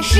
视。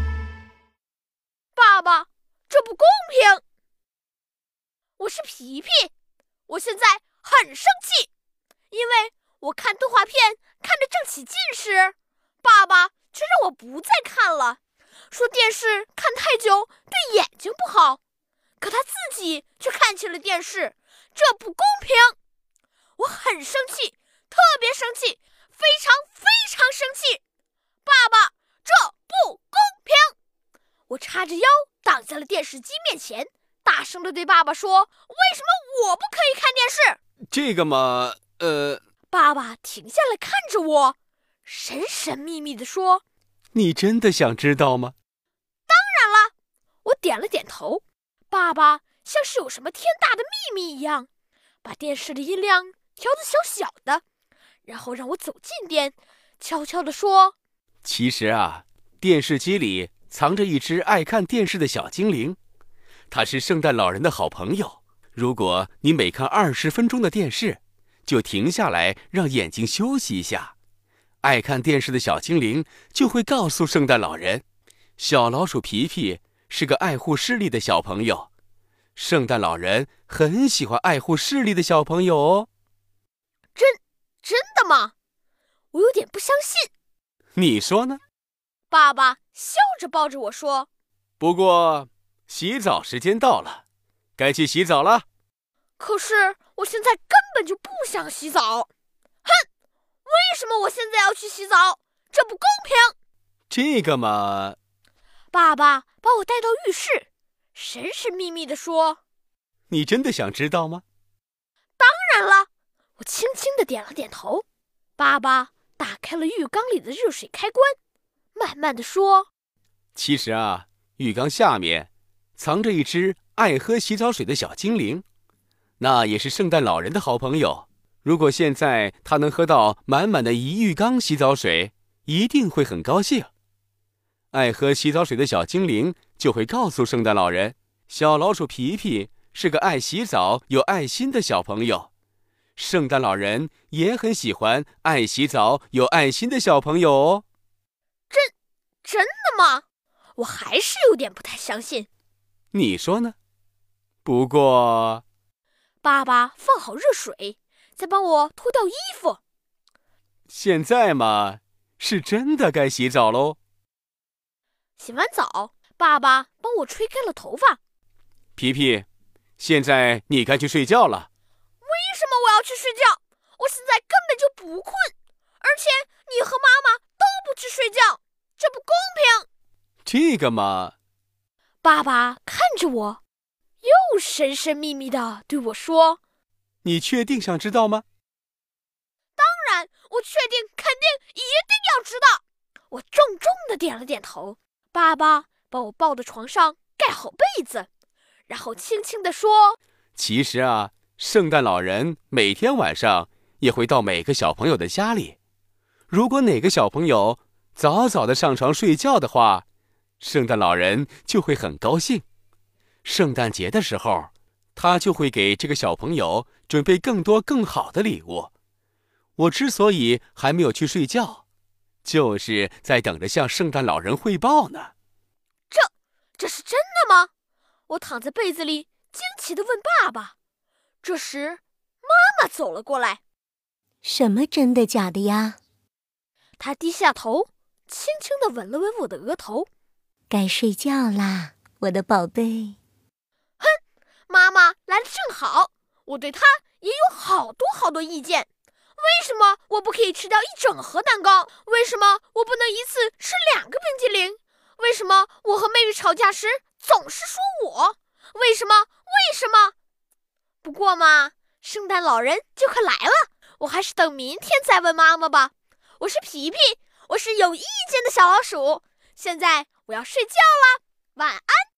爸爸，这不公平！我是皮皮，我现在很生气，因为我看动画片看得正起劲时，爸爸却让我不再看了，说电视看太久对眼睛不好，可他自己却看起了电视，这不公平！我很生气，特别生气，非常非常生气！爸爸，这不公平！我叉着腰挡在了电视机面前，大声地对爸爸说：“为什么我不可以看电视？” 这个嘛， 爸爸停下来看着我，神神秘秘地说：“ 你真的想知道吗？” 当然了，我点了点头。爸爸像是有什么天大的秘密一样，把电视的音量调得小小的，然后让我走近点，悄悄地说：“ 其实啊，电视机里藏着一只爱看电视的小精灵，它是圣诞老人的好朋友。如果你每看20分钟的电视，就停下来让眼睛休息一下，爱看电视的小精灵就会告诉圣诞老人，小老鼠皮皮是个爱护视力的小朋友。圣诞老人很喜欢爱护视力的小朋友哦。 真的吗？我有点不相信。 你说呢？ 爸爸笑着抱着我说：“ 不过，洗澡时间到了，该去洗澡了。” 可是我现在根本就不想洗澡。哼！为什么我现在要去洗澡？这不公平！ 这个嘛…… 爸爸把我带到浴室，神神秘秘地说：“ 你真的想知道吗？” 当然了，我轻轻地点了点头。爸爸打开了浴缸里的热水开关，慢慢地说：“ 其实啊，浴缸下面藏着一只爱喝洗澡水的小精灵，那也是圣诞老人的好朋友。如果现在他能喝到满满的一浴缸洗澡水，一定会很高兴。爱喝洗澡水的小精灵就会告诉圣诞老人，小老鼠皮皮是个爱洗澡、有爱心的小朋友。圣诞老人也很喜欢爱洗澡、有爱心的小朋友哦。 真的吗？我还是有点不太相信。 你说呢？不过…… 爸爸放好热水，再帮我脱掉衣服。 现在嘛，是真的该洗澡喽。 洗完澡，爸爸帮我吹干了头发。 皮皮，现在你该去睡觉了。 为什么我要去睡觉？我现在根本就不困，而且你和妈妈都不去睡觉，这不公平。 这个嘛…… 爸爸看着我，又神神秘秘地对我说：“ 你确定想知道吗？” 当然，我确定，肯定，一定要知道。我重重地点了点头。爸爸把我抱到床上，盖好被子，然后轻轻地说：“ 其实啊，圣诞老人每天晚上也会到每个小朋友的家里。如果哪个小朋友早早的上床睡觉的话，圣诞老人就会很高兴。圣诞节的时候，他就会给这个小朋友准备更多更好的礼物。我之所以还没有去睡觉，就是在等着向圣诞老人汇报呢。 这是真的吗？我躺在被子里，惊奇地问爸爸。这时，妈妈走了过来。 什么真的假的呀？ 她低下头，轻轻地吻了吻我的额头。 该睡觉啦，我的宝贝。 妈妈来得正好，我对她也有好多好多意见。为什么我不可以吃掉一整盒蛋糕？为什么我不能一次吃2个冰激凌？为什么我和妹妹吵架时总是说我？为什么？不过嘛，圣诞老人就快来了，我还是等明天再问妈妈吧。我是皮皮，我是有意见的小老鼠。现在我要睡觉了，晚安。